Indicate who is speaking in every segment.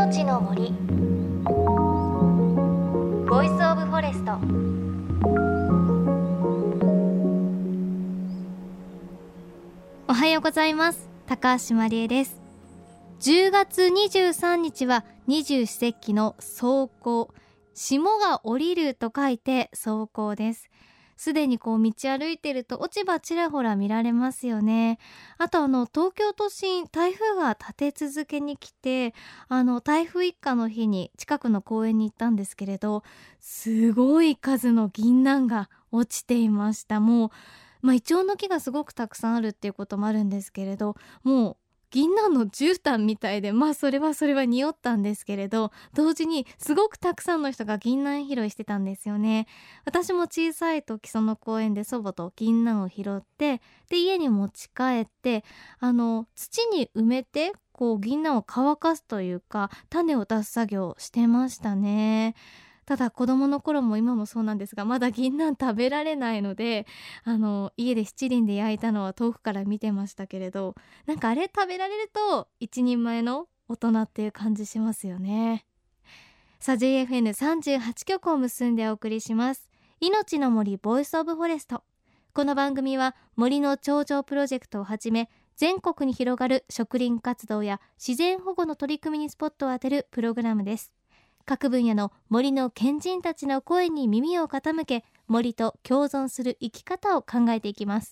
Speaker 1: 命の森ボイスオブフォレスト。おはようございます。高橋真理恵です。10月23日は二十四節気の霜降、霜が降りると書いて霜降です。すでに道歩いてると落ち葉ちらほら見られますよね。あと東京都心、台風が立て続けに来て、台風一過の日に近くの公園に行ったんですけれど、すごい数の銀杏が落ちていました。もうイチョウの木がすごくたくさんあるっていうこともあるんですけれど、もう銀杏の絨毯みたいで、それは匂ったんですけれど、同時にすごくたくさんの人が銀杏拾いしてたんですよね。私も小さい時その公園で祖母と銀杏を拾って、で家に持ち帰って、土に埋めて銀杏を乾かすというか種を出す作業をしてましたね。ただ子供の頃も今もそうなんですが、まだ銀杏食べられないので、家で七輪で焼いたのは遠くから見てましたけれど、なんかあれ食べられると一人前の大人っていう感じしますよね。さあ JFN38 局を結んでお送りします命の森ボイスオブフォレスト。この番組は森の頂上プロジェクトをはじめ、全国に広がる植林活動や自然保護の取り組みにスポットを当てるプログラムです。各分野の森の賢人たちの声に耳を傾け、森と共存する生き方を考えていきます。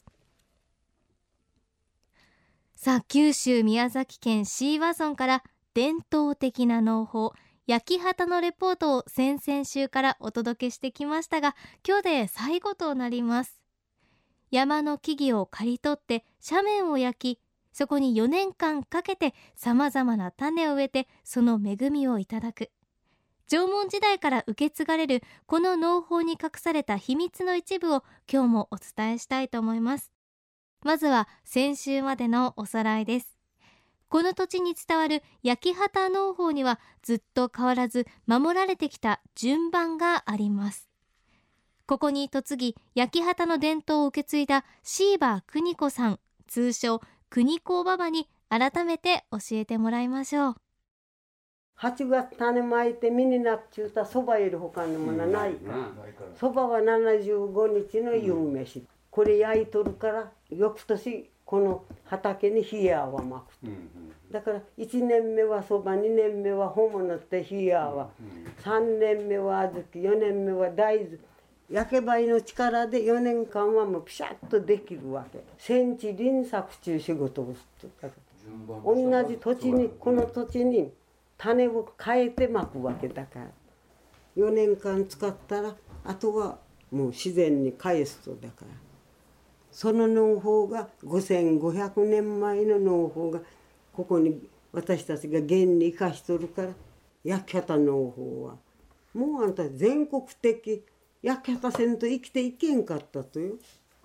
Speaker 1: さあ九州宮崎県椎葉村から伝統的な農法焼き畑のレポートを先々週からお届けしてきましたが、今日で最後となります。山の木々を刈り取って斜面を焼き、そこに4年間かけてさまざまな種を植えて、その恵みをいただく。縄文時代から受け継がれるこの農法に隠された秘密の一部を今日もお伝えしたいと思います。まずは先週までのおさらいです。この土地に伝わる焼き畑農法にはずっと変わらず守られてきた順番があります。ここに嫁ぎ焼き畑の伝統を受け継いだ椎葉邦子さん、通称邦子ばばに改めて教えてもらいましょう。
Speaker 2: 8月種まいて実になっちゅうたそばより他のものはないから、そばは75日の夕飯、これ焼いとるから翌年この畑に冷やはまくと、だから1年目はそば、2年目は穂物って冷やは、3年目は小豆、4年目は大豆、焼けばいの力で4年間はもうピシャッとできるわけ。戦地輪作中仕事をすると、同じ土地に、この土地に種を変えてまくわけだから、4年間使ったらあとはもう自然に返すと。だからその農法が5500年前の農法がここに私たちが現に生かしとるから、焼き畑農法はもうあんた全国的焼き畑せんと生きていけんかったとよ。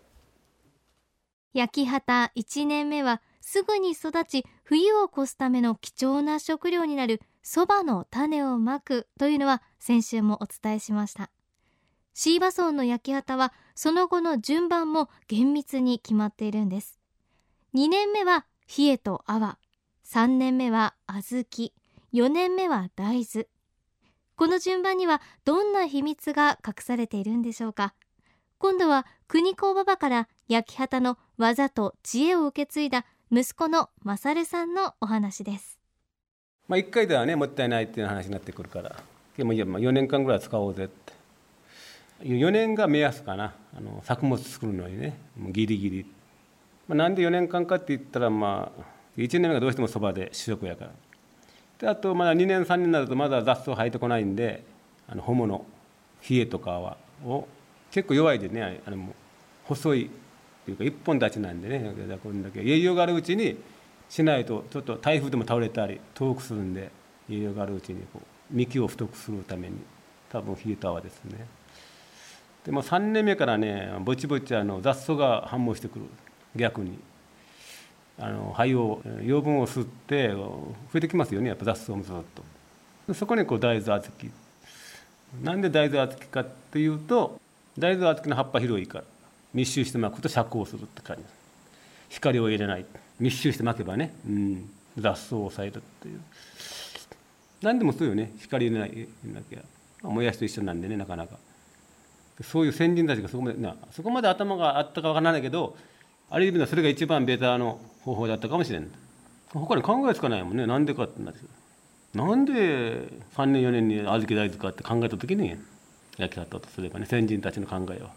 Speaker 1: 焼き畑1年目はすぐに育ち冬を越すための貴重な食料になるそばの種をまくというのは先週もお伝えしました。椎葉村の焼き畑はその後の順番も厳密に決まっているんです。2年目は冷えと泡、3年目は小豆、4年目は大豆。この順番にはどんな秘密が隠されているんでしょうか。今度は邦子ばばから焼き畑の技と知恵を受け継いだ息子の勝さんのお話です。
Speaker 3: 1回ではねもったいないっていう話になってくるから、でも4年間ぐらい使おうぜって。4年が目安かな、作物作るのにね、ギリギリ。なんで4年間かって言ったら、1年目がどうしてもそばで主食やから。であとまだ2年3年になるとまだ雑草生えてこないんで、穂物冷えとかを結構弱いでね、もう細いっていうか一本立ちなんでね、こんだけ栄養があるうちにしないとちょっと台風でも倒れたり遠くするんで、栄養があるうちに幹を太くするために多分冷えた泡ですね。でも3年目からねぼちぼち雑草が繁茂してくる。逆に灰を養分を吸って増えてきますよね、やっぱ雑草もずっと。そこに大豆小豆、なんで大豆小豆かっていうと、大豆小豆の葉っぱ広いから密集して巻くと遮光するって感じです。光を入れない、密集して巻けばね、雑草を抑えるっていう。 何でもそうよね、光入れなきゃ、もやしと一緒なんでね、なかなか。そういう先人たちがそこまで頭があったかわからないけど、ある意味ではそれが一番ベターの方法だったかもしれない。他に考えつかないもんね。なんでかってなって、なんで3年4年に小豆大豆かって考えた時に焼き方とすればね、先人たちの考えは。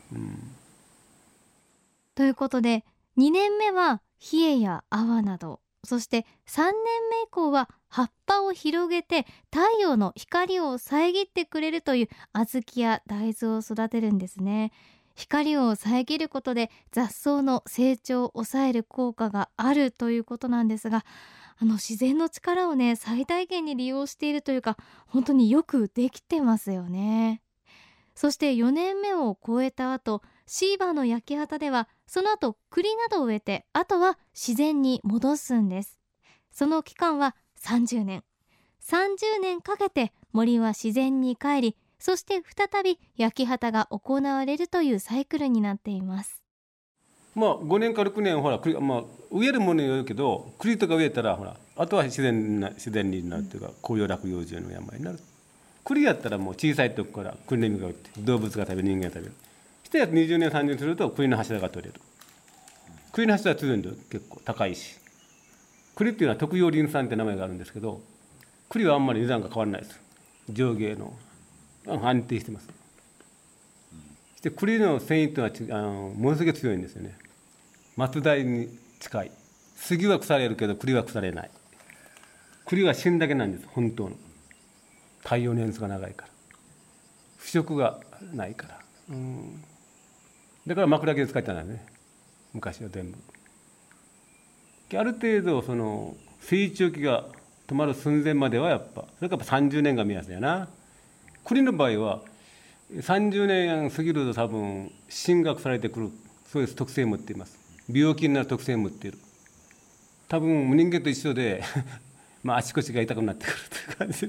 Speaker 1: ということで2年目は冷えや泡など、そして3年目以降は葉っぱを広げて太陽の光を遮ってくれるという小豆や大豆を育てるんですね。光を遮ることで雑草の成長を抑える効果があるということなんですが、自然の力をね最大限に利用しているというか、本当によくできてますよね。そして4年目を超えた後、シーバーの焼き畑ではその後栗などを植えて、あとは自然に戻すんです。その期間は30年かけて森は自然に帰り、そして再び焼き畑が行われるというサイクルになっています。
Speaker 3: 5年か6年ほら、植えるものによるけど、栗とか植えたらほら、あとは自然になるというか、紅葉落葉樹の山になる。栗やったらもう小さい時から栗の実が売って動物が食べる、人間が食べる。してや20年30年すると栗の柱が取れる。栗の柱は強いんだよ、結構高いし。栗っていうのは特養林産って名前があるんですけど、栗はあんまり値段が変わらないです。上下の安定してます。そして栗の繊維っていうのはものすごく強いんですよね。松代に近い。杉は腐れるけど栗は腐れない。栗は芯だけなんです、本当の。太陽年数が長いから、腐食がないから、だから枕木で使ってたんだよね、昔は全部。ある程度その成長期が止まる寸前まではやっぱ、それから30年が目安だよな。栗の場合は30年過ぎると多分芯が腐れてくる、そういう特性を持っています。病気になる特性を持っている。多分人間と一緒であちこちが痛くなってくるという感じ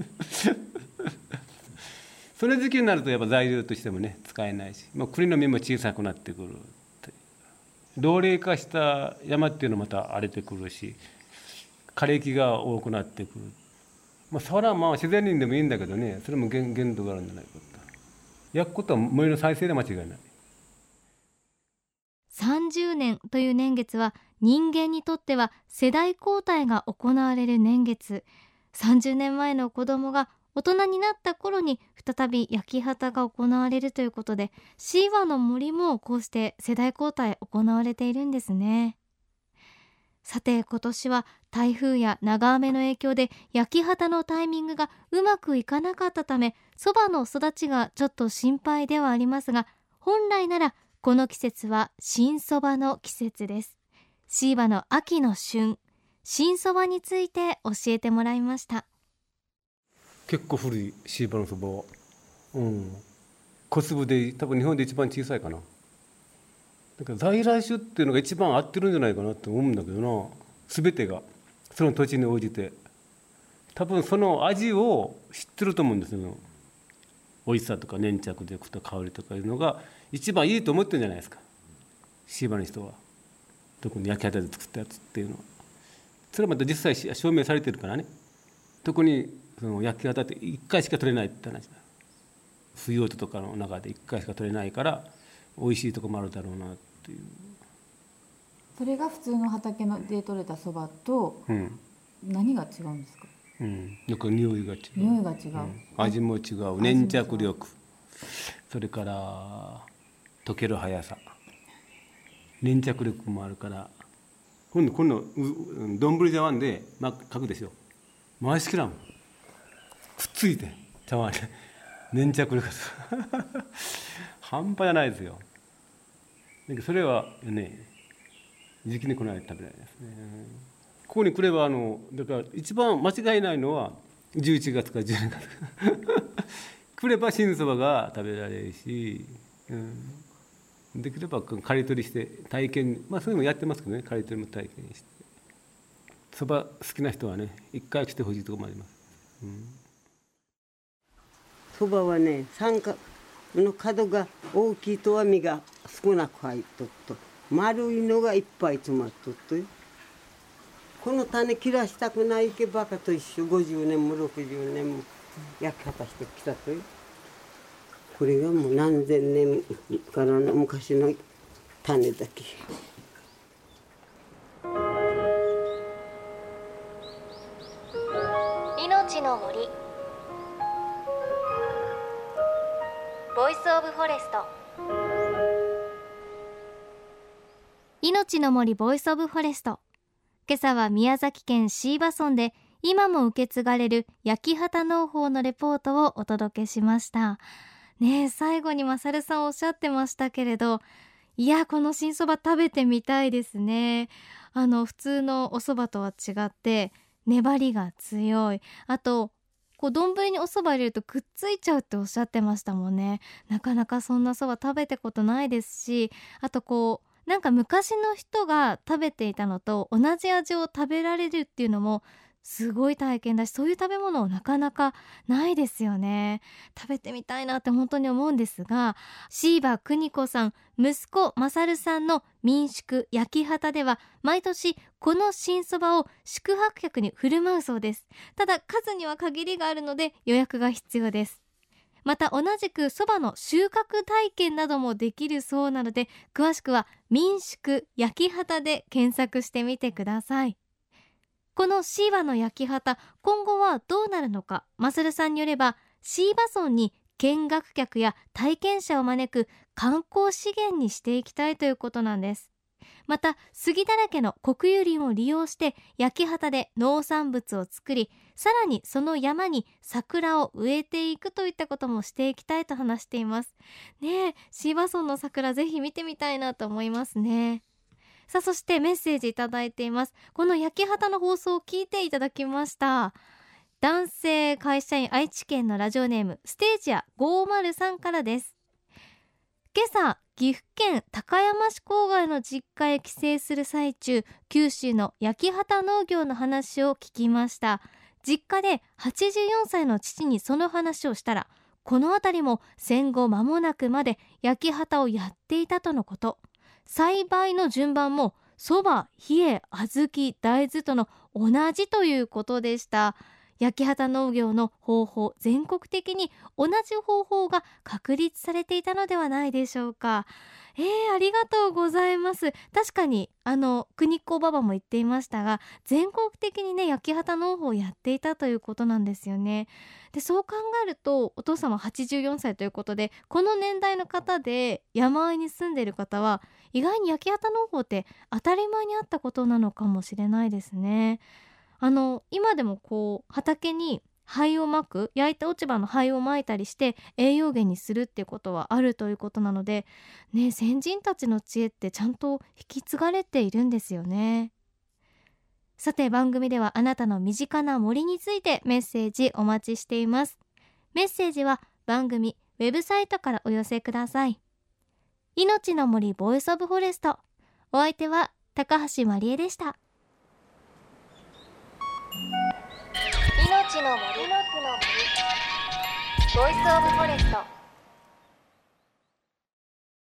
Speaker 3: その時期になるとやっぱ材料としてもね使えないし、栗の実も小さくなってくる。老齢化した山っていうのもまた荒れてくるし、枯れ木が多くなってくる。それは自然林でもいいんだけどね、それも限度があるんじゃないかと。焼くことは森の再生で間違いない。
Speaker 1: 30年という年月は人間にとっては世代交代が行われる年月。30年前の子供が大人になった頃に再び焼き畑が行われるということで、シーワの森もこうして世代交代行われているんですね。さて今年は台風や長雨の影響で焼き畑のタイミングがうまくいかなかったため、そばの育ちがちょっと心配ではありますが、本来ならこの季節は新そばの季節です。シーバの秋の旬、新そばについて教えてもらいました。
Speaker 3: 結構古いシーバのそばは、小粒で多分日本で一番小さいかな。だから在来種っていうのが一番合ってるんじゃないかなって思うんだけどな。全てがその土地に応じて、多分その味を知ってると思うんですよ。美味しさとか粘着力とか香りとかいうのが一番いいと思ってるんじゃないですか、シーバの人は。特に焼き畑で作ったやつっていうのは。それはまた実際証明されてるからね。特にその焼き畑って1回しか取れないって話だ。冬音とかの中で1回しか取れないから美味しいとこもあるだろうなっていう。
Speaker 4: それが普通の畑で採れたそばと何が違うんですか？
Speaker 3: よく匂いが違う、味も違う、粘着力、それから溶ける速さ、粘着力もあるから、今度丼茶碗で書くでしょ、回しきらん、くっついて茶碗に粘着力半端じゃないですよ。だけどそれはね、時期に来ないと食べられないですね。ここに来ればだから一番間違いないのは11月から12月来れば新そばが食べられるし、できれば刈り取りして体験、そういうのもやってますけどね、刈り取りも体験して、そば好きな人はね一回来てほしいところもあります。
Speaker 2: そばはね、三角の角が大きいとは実が少なく入っとっと、丸いのがいっぱい詰まっとっとよ。 この種切らしたくないけばかと一緒、50年も60年も焼き方してきたという。これがもう何千年からの昔の種だけ。
Speaker 1: 命の森ボイスオブフォレスト。命の森ボイスオブフォレスト。今朝は宮崎県椎葉村で今も受け継がれる焼き畑農法のレポートをお届けしましたね。え、最後にマサルさんおっしゃってましたけれど、いや、この新そば食べてみたいですね。普通のお蕎麦とは違って粘りが強い。あと丼にお蕎麦入れるとくっついちゃうっておっしゃってましたもんね。なかなかそんな蕎麦食べたことないですし、あとなんか昔の人が食べていたのと同じ味を食べられるっていうのもすごい体験だし、そういう食べ物なかなかないですよね。食べてみたいなって本当に思うんですが、椎葉邦子さん息子勝さんの民宿焼き畑では毎年この新そばを宿泊客に振る舞うそうです。ただ数には限りがあるので予約が必要です。また同じくそばの収穫体験などもできるそうなので、詳しくは民宿焼き畑で検索してみてください。この椎葉の焼き畑、今後はどうなるのか、マスルさんによれば椎葉村に見学客や体験者を招く観光資源にしていきたいということなんです。また杉だらけの国有林を利用して焼き畑で農産物を作り、さらにその山に桜を植えていくといったこともしていきたいと話していますね。え、椎葉村の桜ぜひ見てみたいなと思いますね。さあ、そしてメッセージいただいています。この焼き畑の放送を聞いていただきました。男性会社員、愛知県のラジオネームステージア503からです。今朝岐阜県高山市郊外の実家へ帰省する最中、九州の焼き畑農業の話を聞きました。実家で84歳の父にその話をしたら、この辺りも戦後間もなくまで焼き畑をやっていたとのこと。栽培の順番もそば、冷え、小豆、大豆との同じということでした。焼き畑農業の方法、全国的に同じ方法が確立されていたのではないでしょうか。ありがとうございます。確かに邦子ばばも言っていましたが、全国的にね、焼き畑農法をやっていたということなんですよね。で、そう考えるとお父様84歳ということで、この年代の方で山あいに住んでいる方は意外に焼き畑農法って当たり前にあったことなのかもしれないですね。今でも畑に灰をまく、焼いた落ち葉の灰をまいたりして栄養源にするっていうことはあるということなのでね、先人たちの知恵ってちゃんと引き継がれているんですよね。さて、番組ではあなたの身近な森についてメッセージお待ちしています。メッセージは番組ウェブサイトからお寄せください。命の森ボイスオブフォレスト、お相手は高橋まりえでした。命の森ボイスオブフォレスト。